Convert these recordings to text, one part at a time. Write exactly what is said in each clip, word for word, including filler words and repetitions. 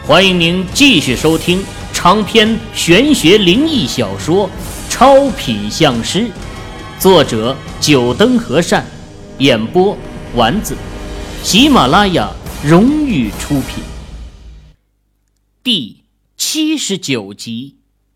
欢迎您继续收听长篇玄学灵异小说《超品相师》，作者九灯和善，演播丸子，喜马拉雅荣誉出品。第七十九集。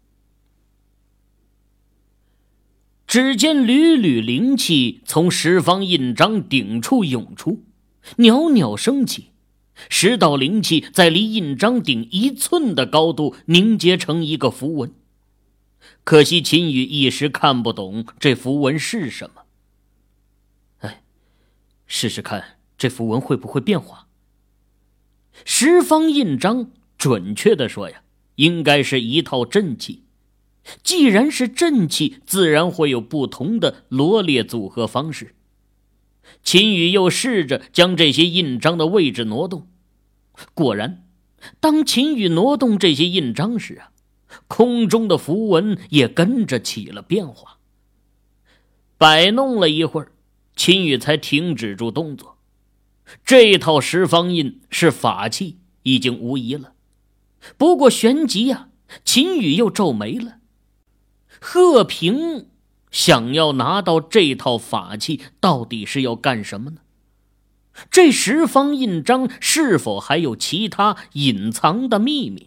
只见缕缕灵气从十方印章顶处涌出，袅袅升起，十道灵气在离印章顶一寸的高度凝结成一个符文。可惜秦羽一时看不懂这符文是什么。哎，试试看这符文会不会变化。十方印章准确的说呀，应该是一套阵器。既然是阵器，自然会有不同的罗列组合方式。秦羽又试着将这些印章的位置挪动，果然当秦羽挪动这些印章时啊，空中的符文也跟着起了变化。摆弄了一会儿，秦羽才停止住动作。这套十方印是法器，已经无疑了。不过旋即啊，秦羽又皱眉了。贺平想要拿到这套法器，到底是要干什么呢？这十方印章是否还有其他隐藏的秘密？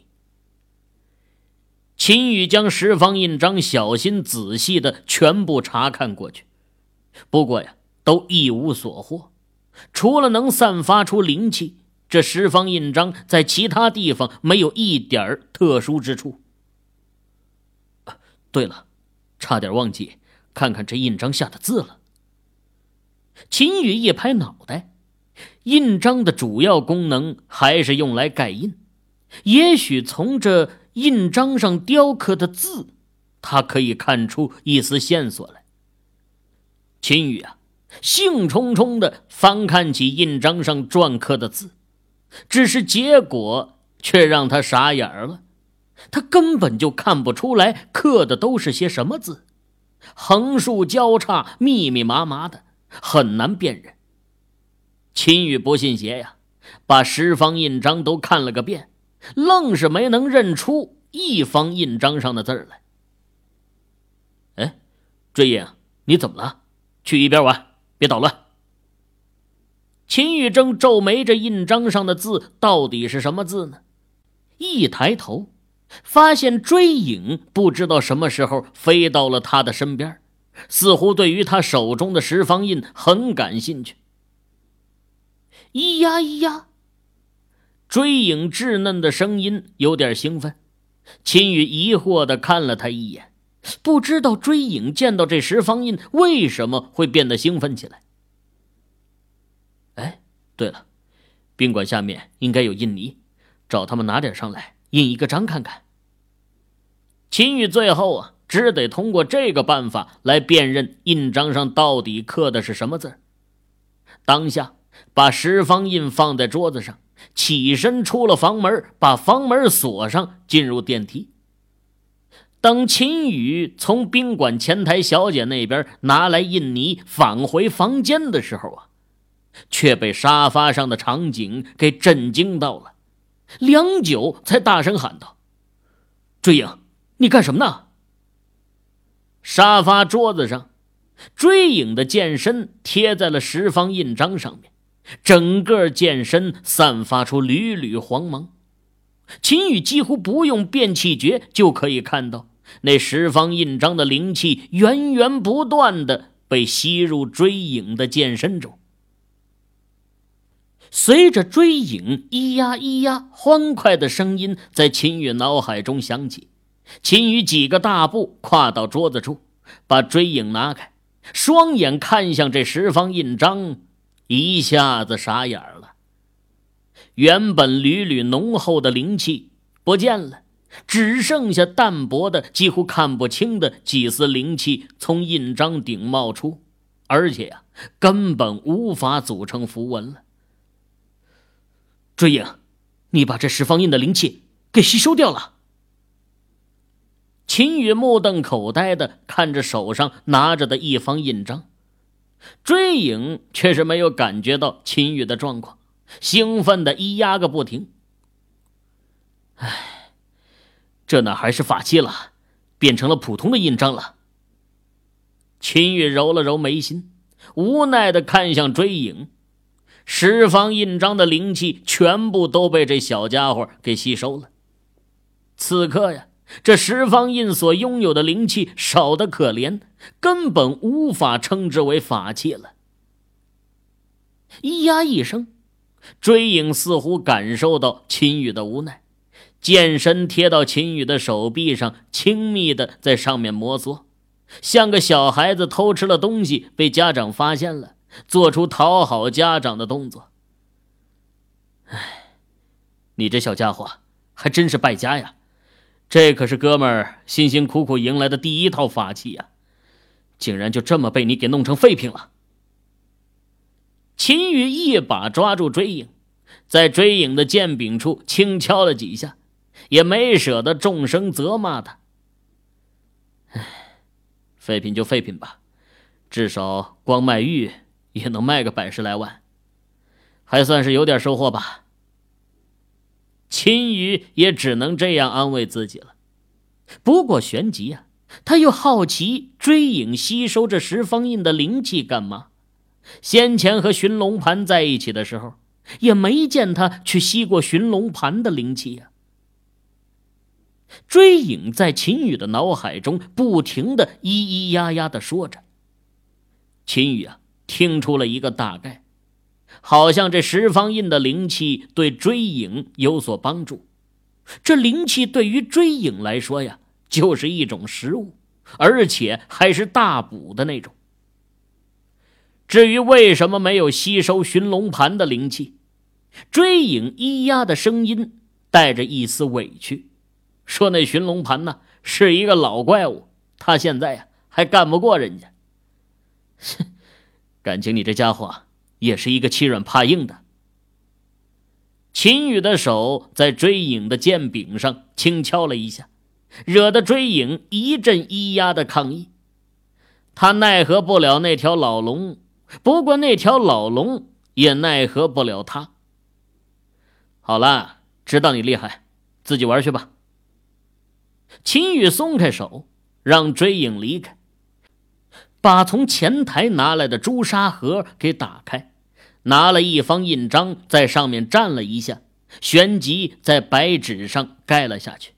秦羽将十方印章小心仔细的全部查看过去，不过呀，都一无所获。除了能散发出灵气，这十方印章在其他地方没有一点特殊之处。啊，对了，差点忘记看看这印章下的字了。秦羽一拍脑袋，印章的主要功能还是用来盖印，也许从这印章上雕刻的字，他可以看出一丝线索来。秦羽啊，兴冲冲地翻看起印章上篆刻的字，只是结果却让他傻眼了。他根本就看不出来刻的都是些什么字，横竖交叉，密密麻麻的，很难辨认。秦羽不信邪呀，把十方印章都看了个遍，愣是没能认出一方印章上的字来。哎，追影，你怎么了？去一边玩，别捣乱。秦羽正皱眉着印章上的字到底是什么字呢？一抬头发现追影不知道什么时候飞到了他的身边，似乎对于他手中的十方印很感兴趣。咿呀咿呀，追影稚嫩的声音有点兴奋。秦羽疑惑地看了他一眼，不知道追影见到这十方印为什么会变得兴奋起来。哎，对了，宾馆下面应该有印泥，找他们拿点上来印一个章看看。秦羽最后啊，只得通过这个办法来辨认印章上到底刻的是什么字。当下把十方印放在桌子上，起身出了房门，把房门锁上，进入电梯。等秦羽从宾馆前台小姐那边拿来印泥返回房间的时候啊，却被沙发上的场景给震惊到了。良久才大声喊道：追影，你干什么呢？沙发桌子上，追影的剑身贴在了十方印章上面，整个剑身散发出缕缕黄芒。秦羽几乎不用变气诀就可以看到，那十方印章的灵气源源不断地被吸入追影的剑身中。随着追影咿呀咿呀欢快的声音在秦羽脑海中响起，秦羽几个大步跨到桌子处，把追影拿开，双眼看向这十方印章，一下子傻眼了。原本缕缕浓厚的灵气不见了，只剩下淡薄的几乎看不清的几丝灵气从印章顶冒出，而且呀、啊，根本无法组成符文了。追影，你把这十方印的灵气给吸收掉了。秦羽目瞪口呆地看着手上拿着的一方印章，追影却是没有感觉到秦羽的状况，兴奋地咿呀个不停。 这哪还是法器了，变成了普通的印章了。秦羽揉了揉眉心，无奈地看向追影。十方印章的灵气全部都被这小家伙给吸收了。此刻呀，这十方印所拥有的灵气少得可怜，根本无法称之为法器了。咿呀一声，追影似乎感受到秦羽的无奈，剑身贴到秦羽的手臂上，亲密地在上面摩挲，像个小孩子偷吃了东西被家长发现了，做出讨好家长的动作。唉，你这小家伙还真是败家呀，这可是哥们儿辛辛苦苦赢来的第一套法器呀，竟然就这么被你给弄成废品了。秦羽一把抓住追影，在追影的剑柄处轻敲了几下，也没舍得众声责骂他。唉，废品就废品吧，至少光卖玉也能卖个百十来万，还算是有点收获吧。秦羽也只能这样安慰自己了。不过旋即啊，他又好奇追影吸收这十方印的灵气干嘛？先前和寻龙盘在一起的时候，也没见他去吸过寻龙盘的灵气啊。追影在秦羽的脑海中不停地咿咿呀呀地说着。秦羽啊，听出了一个大概，好像这十方印的灵气对追影有所帮助。这灵气对于追影来说呀，就是一种食物，而且还是大补的那种。至于为什么没有吸收寻龙盘的灵气，追影咿呀的声音带着一丝委屈，说那寻龙盘呢是一个老怪物，他现在呀还干不过人家。感情你这家伙也是一个欺软怕硬的。秦羽的手在追影的剑柄上轻敲了一下，惹得追影一阵咿呀的抗议。他奈何不了那条老龙，不过那条老龙也奈何不了他。好了，知道你厉害，自己玩去吧。秦羽松开手，让追影离开，把从前台拿来的朱砂盒给打开，拿了一方印章在上面蘸了一下，旋即在白纸上盖了下去。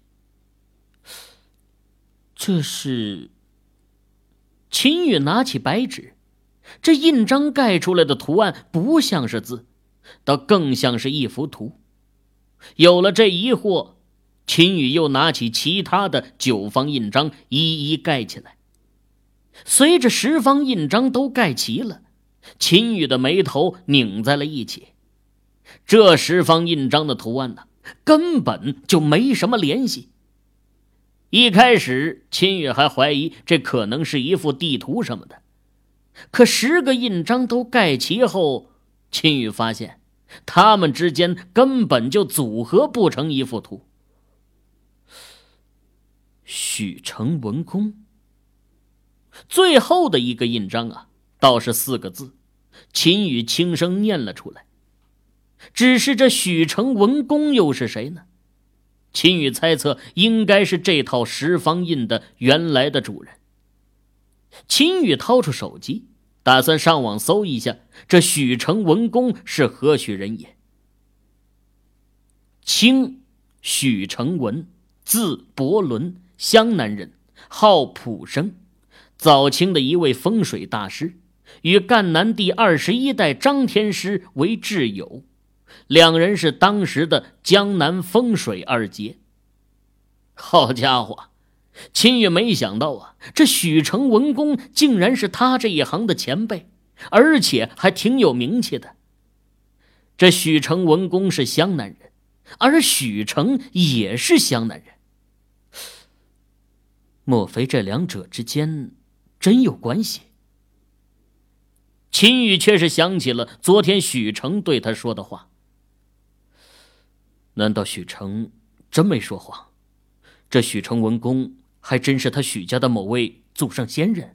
这是……秦羽拿起白纸，这印章盖出来的图案不像是字，倒更像是一幅图。有了这疑惑，秦羽又拿起其他的九方印章一一盖起来。随着十方印章都盖齐了，秦羽的眉头拧在了一起。这十方印章的图案呢，根本就没什么联系。一开始秦羽还怀疑这可能是一幅地图什么的，可十个印章都盖齐后，秦羽发现他们之间根本就组合不成一幅图。许城文公，最后的一个印章啊，倒是四个字，秦羽轻声念了出来。只是这许城文公又是谁呢？秦羽猜测应该是这套十方印的原来的主人。秦羽掏出手机，打算上网搜一下这许城文公是何许人也。清许成文，字伯伦，湘南人，号普生，早清的一位风水大师，与赣南第二十一代张天师为挚友，两人是当时的江南风水二杰。好家伙，秦羽没想到啊，这许成文公竟然是他这一行的前辈，而且还挺有名气的。这许成文公是湘南人，而许成也是湘南人，莫非这两者之间真有关系？秦羽却是想起了昨天许成对他说的话。难道许成真没说谎？这许成文公还真是他许家的某位祖上先人？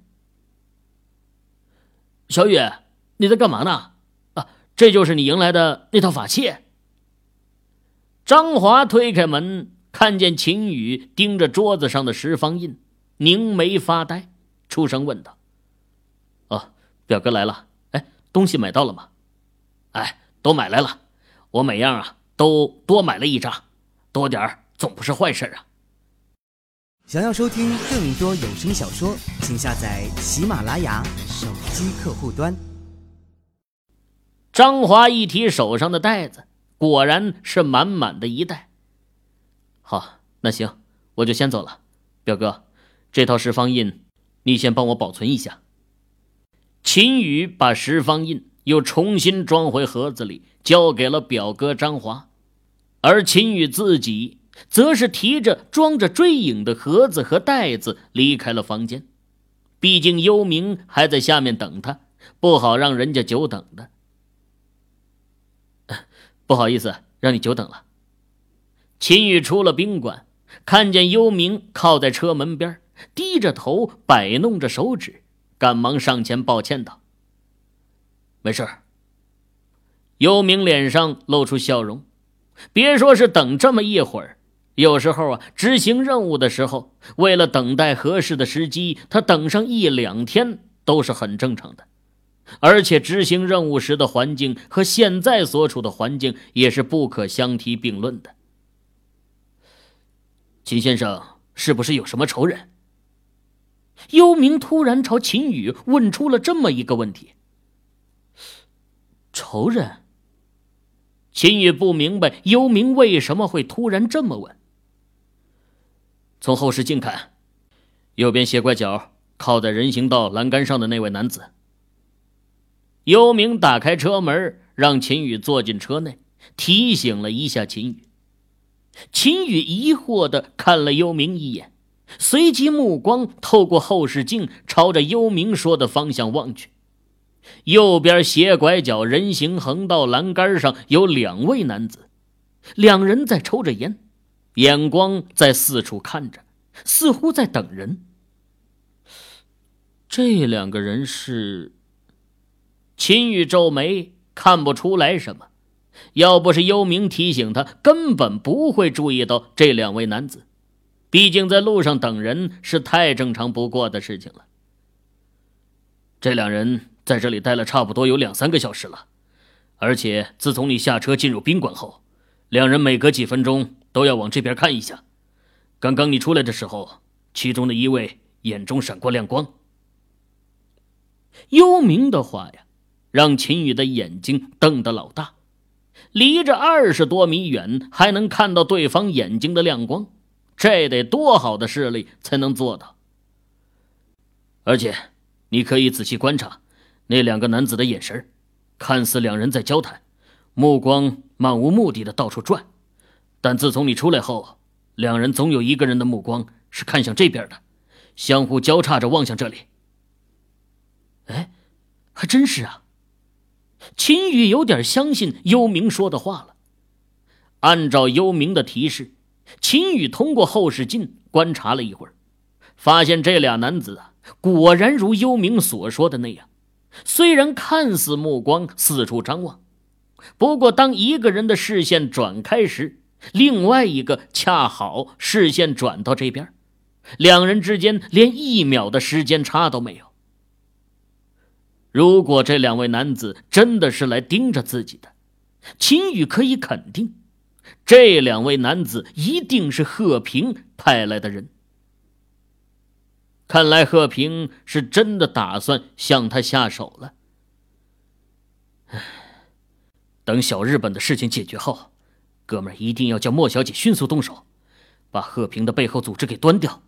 小雨，你在干嘛呢？啊，这就是你迎来的那套法器。张华推开门，看看见秦宇盯着桌子上的十方印，凝眉发呆，出声问道：“哦，表哥来了，哎，东西买到了吗？”“哎，都买来了，我每样啊都多买了一张，多点儿总不是坏事啊。” 想要收听更多有声小说，请下载喜马拉雅手机客户端。 张华一提手上的袋子，果然是满满的一袋。好，那行，我就先走了。表哥，这套十方印你先帮我保存一下。秦宇把十方印又重新装回盒子里，交给了表哥张华，而秦宇自己则是提着装着追影的盒子和袋子离开了房间。毕竟幽冥还在下面等他，不好让人家久等的。不好意思，让你久等了。秦宇出了宾馆，看见幽冥靠在车门边，低着头摆弄着手指，赶忙上前抱歉道：“没事。”幽冥脸上露出笑容，别说是等这么一会儿，有时候啊，执行任务的时候，为了等待合适的时机，他等上一两天都是很正常的。而且执行任务时的环境和现在所处的环境也是不可相提并论的。秦先生是不是有什么仇人？幽冥突然朝秦宇问出了这么一个问题。仇人？秦宇不明白幽冥为什么会突然这么问。从后视镜看，右边斜拐角靠在人行道栏杆上的那位男子。幽冥打开车门，让秦宇坐进车内，提醒了一下秦宇。秦宇疑惑地看了幽冥一眼，随即目光透过后视镜朝着幽冥说的方向望去。右边斜拐角人行横道栏杆上有两位男子，两人在抽着烟，眼光在四处看着，似乎在等人。这两个人是……秦宇皱眉，看不出来什么。要不是幽冥提醒他，根本不会注意到这两位男子。毕竟在路上等人是太正常不过的事情了。这两人在这里待了差不多有两三个小时了，而且自从你下车进入宾馆后，两人每隔几分钟都要往这边看一下。刚刚你出来的时候，其中的一位眼中闪过亮光。幽冥的话呀，让秦宇的眼睛瞪得老大，离着二十多米远还能看到对方眼睛的亮光，这得多好的视力才能做到。而且你可以仔细观察那两个男子的眼神，看似两人在交谈，目光漫无目的的到处转，但自从你出来后，两人总有一个人的目光是看向这边的，相互交叉着望向这里。哎，还真是啊。秦宇有点相信幽冥说的话了。按照幽冥的提示，秦宇通过后视镜观察了一会儿，发现这俩男子啊，果然如幽冥所说的那样，虽然看似目光四处张望，不过当一个人的视线转开时，另外一个恰好视线转到这边，两人之间连一秒的时间差都没有。如果这两位男子真的是来盯着自己的，秦宇可以肯定，这两位男子一定是贺平派来的人。看来贺平是真的打算向他下手了。等小日本的事情解决后，哥们儿一定要叫莫小姐迅速动手，把贺平的背后组织给端掉。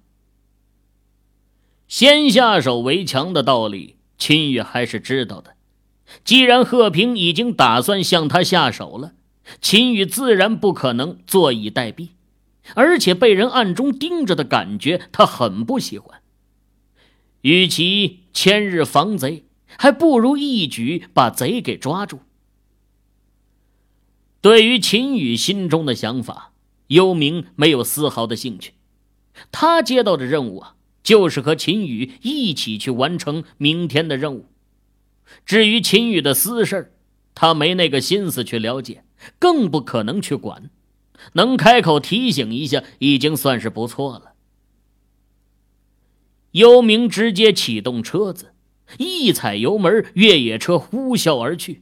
先下手为强的道理，秦宇还是知道的。既然贺平已经打算向他下手了，秦宇自然不可能坐以待毙，而且被人暗中盯着的感觉他很不喜欢。与其千日防贼，还不如一举把贼给抓住。对于秦宇心中的想法，幽冥没有丝毫的兴趣。他接到的任务啊，就是和秦宇一起去完成明天的任务。至于秦宇的私事，他没那个心思去了解，更不可能去管。 能开口提醒一下已经算是不错了。幽冥直接启动车子，一踩油门，越野车呼啸而去。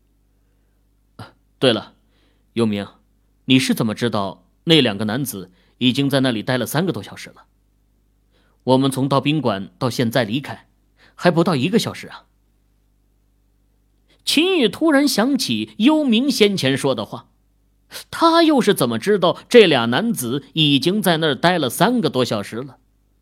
对了，幽冥，你是怎么知道那两个男子已经在那里待了三个多小时了？我们从到宾馆到现在离开，还不到一个小时啊。秦宇突然想起幽冥先前说的话，他又是怎么知道这俩男子已经在那儿待了三个多小时了？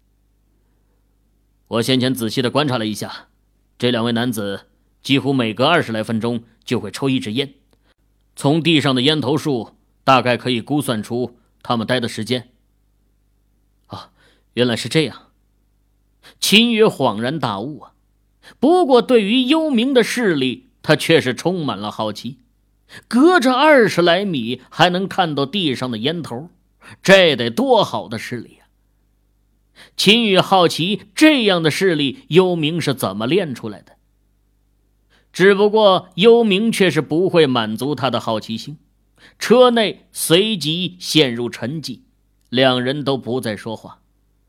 我先前仔细的观察了一下，这两位男子几乎每隔二十来分钟就会抽一支烟，从地上的烟头数大概可以估算出他们待的时间。啊，原来是这样。秦宇恍然大悟啊！不过对于幽冥的势力，他却是充满了好奇。隔着二十来米还能看到地上的烟头，这得多好的势力啊！秦宇好奇这样的势力幽冥是怎么练出来的。只不过幽冥却是不会满足他的好奇心，车内随即陷入沉寂，两人都不再说话。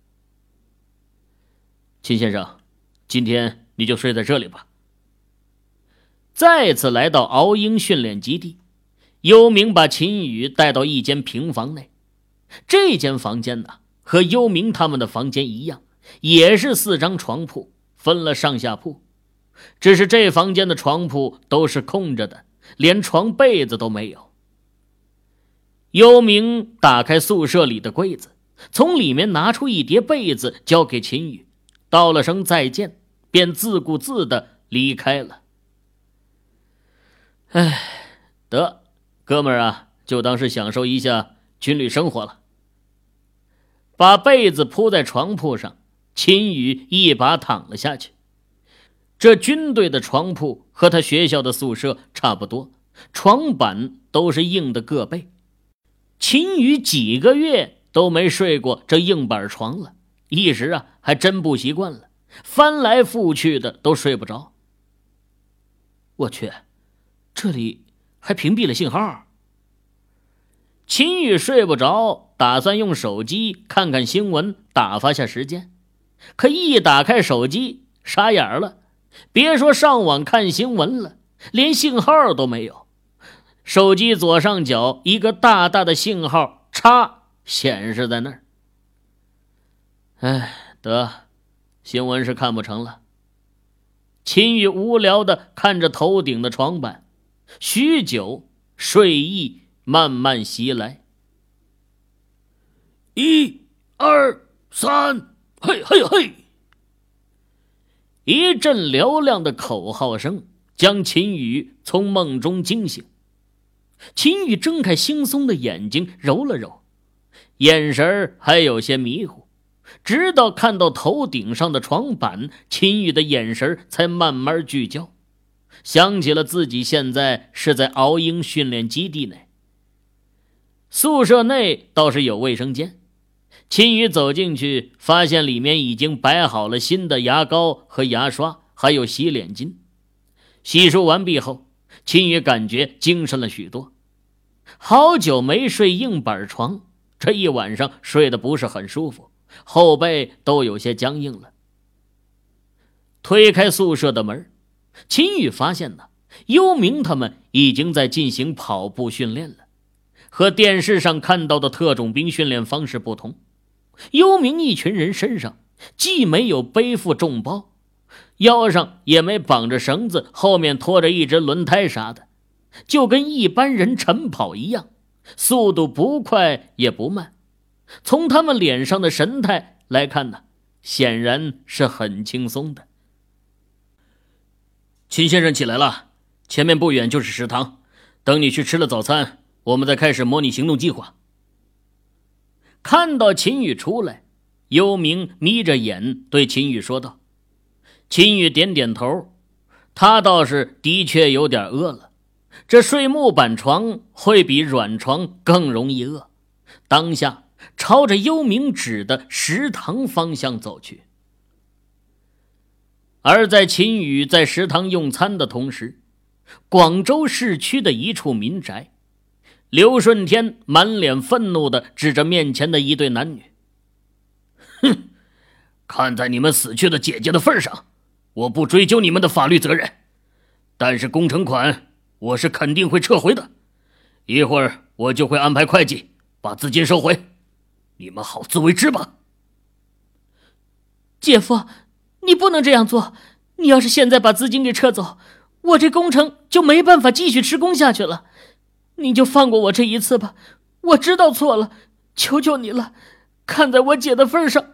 秦先生，今天你就睡在这里吧。再次来到敖鹰训练基地，幽冥把秦宇带到一间平房内。这间房间呢，和幽冥他们的房间一样，也是四张床铺，分了上下铺。只是这房间的床铺都是空着的，连床被子都没有。幽冥打开宿舍里的柜子，从里面拿出一叠被子交给秦宇，道了声再见，便自顾自地离开了。哎，得，哥们儿啊，就当是享受一下军旅生活了。把被子铺在床铺上，秦宇一把躺了下去。这军队的床铺和他学校的宿舍差不多，床板都是硬的个背。秦宇几个月都没睡过这硬板床了，一时啊还真不习惯了，翻来覆去的都睡不着。我去，这里还屏蔽了信号。秦宇睡不着，打算用手机看看新闻，打发下时间。可一打开手机，傻眼了，别说上网看新闻了，连信号都没有。手机左上角一个大大的信号叉显示在那儿。哎，得，新闻是看不成了。秦宇无聊地看着头顶的床板，许久，睡意慢慢袭来。一二三，嘿嘿嘿！一阵嘹亮的口号声将秦宇从梦中惊醒。秦宇睁开惺忪的眼睛，揉了揉，眼神还有些迷糊，直到看到头顶上的床板，秦宇的眼神才慢慢聚焦，想起了自己现在是在敖鹰训练基地内。宿舍内倒是有卫生间，秦宇走进去，发现里面已经摆好了新的牙膏和牙刷，还有洗脸巾。洗漱完毕后，秦宇感觉精神了许多。好久没睡硬板床，这一晚上睡得不是很舒服，后背都有些僵硬了。推开宿舍的门，秦宇发现呢，幽冥他们已经在进行跑步训练了。和电视上看到的特种兵训练方式不同，幽冥一群人身上既没有背负重包，腰上也没绑着绳子，后面拖着一只轮胎啥的，就跟一般人晨跑一样，速度不快也不慢。从他们脸上的神态来看呢，显然是很轻松的。秦先生起来了，前面不远就是食堂，等你去吃了早餐，我们再开始模拟行动计划。看到秦宇出来，幽冥眯着眼对秦宇说道。秦宇点点头，他倒是的确有点饿了，这睡木板床会比软床更容易饿。当下朝着幽冥指的食堂方向走去。而在秦宇在食堂用餐的同时，广州市区的一处民宅， 刘顺天满脸愤怒地指着面前的一对男女：“哼，看在你们死去的姐姐的份上，我不追究你们的法律责任，但是工程款我是肯定会撤回的。一会儿我就会安排会计把资金收回，你们好自为之吧。” 姐夫，你不能这样做，你要是现在把资金给撤走，我这工程就没办法继续施工下去了。你就放过我这一次吧，我知道错了，求求你了，看在我姐的份上。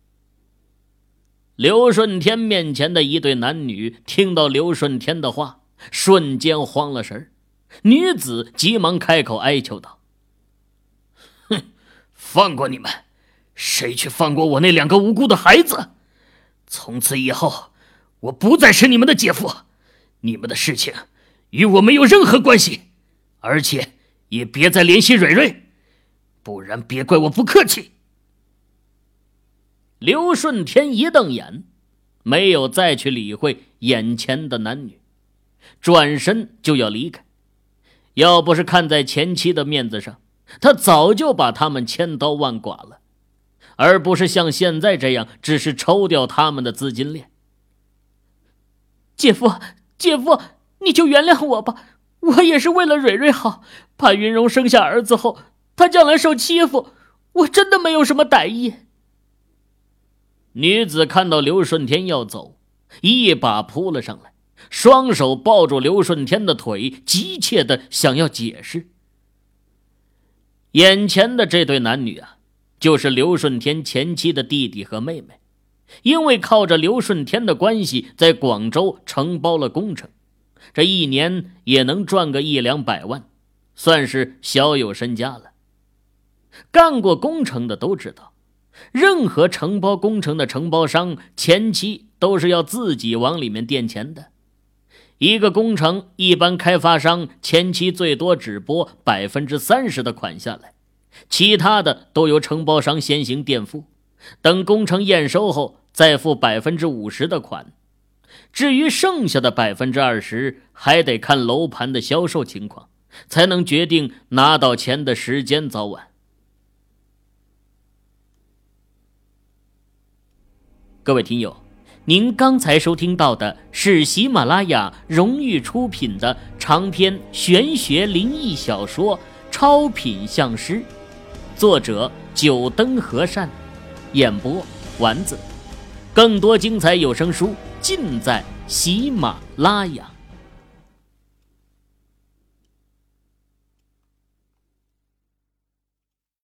刘顺天面前的一对男女听到刘顺天的话，瞬间慌了神儿。女子急忙开口哀求道：“哼，放过你们，谁去放过我那两个无辜的孩子？从此以后，我不再是你们的姐夫，你们的事情与我没有任何关系，而且也别再联系蕊蕊，不然别怪我不客气。”刘顺天一瞪眼，没有再去理会眼前的男女，转身就要离开。要不是看在前妻的面子上，他早就把他们千刀万剐了，而不是像现在这样只是抽掉他们的资金链。 姐夫，姐夫，你就原谅我吧，我也是为了蕊蕊好，怕云荣生下儿子后她将来受欺负，我真的没有什么歹意。 女子看到刘顺天要走，一把扑了上来，双手抱住刘顺天的腿，急切地想要解释。眼前的这对男女啊，就是刘顺天前妻的弟弟和妹妹，因为靠着刘顺天的关系，在广州承包了工程，这一年也能赚个一两百万，算是小有身家了。干过工程的都知道，任何承包工程的承包商前期都是要自己往里面垫钱的。一个工程一般开发商前期最多只拨 百分之三十 的款下来，其他的都由承包商先行垫付，等工程验收后再付 百分之五十 的款。至于剩下的 百分之二十 还得看楼盘的销售情况，才能决定拿到钱的时间早晚。各位听友，您刚才收听到的是喜马拉雅荣誉出品的长篇玄学灵异小说《超品相师》，作者九灯和善，演播丸子。更多精彩有声书尽在喜马拉雅。